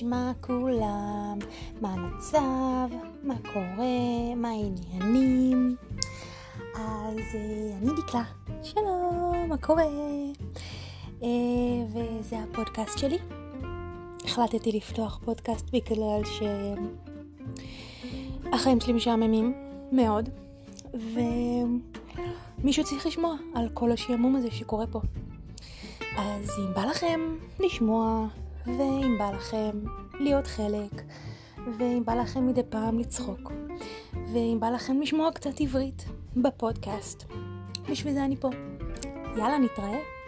נשמע כולם? מה המצב? מה קורה? מה העניינים? אז אני דקלה. שלום, מה קורה? וזה הפודקאסט שלי. החלטתי לפתוח פודקאסט בגלל שהחיים שלי משעממים מאוד, ומישהו צריך לשמוע על כל השעמום הזה שקורה פה. אז אם בא לכם לשמוע, ואם בא לכם להיות חלק, ואם בא לכם מדי פעם לצחוק, ואם בא לכם לשמוע קצת עברית בפודקאסט, בשביל זה אני פה. יאללה, נתראה.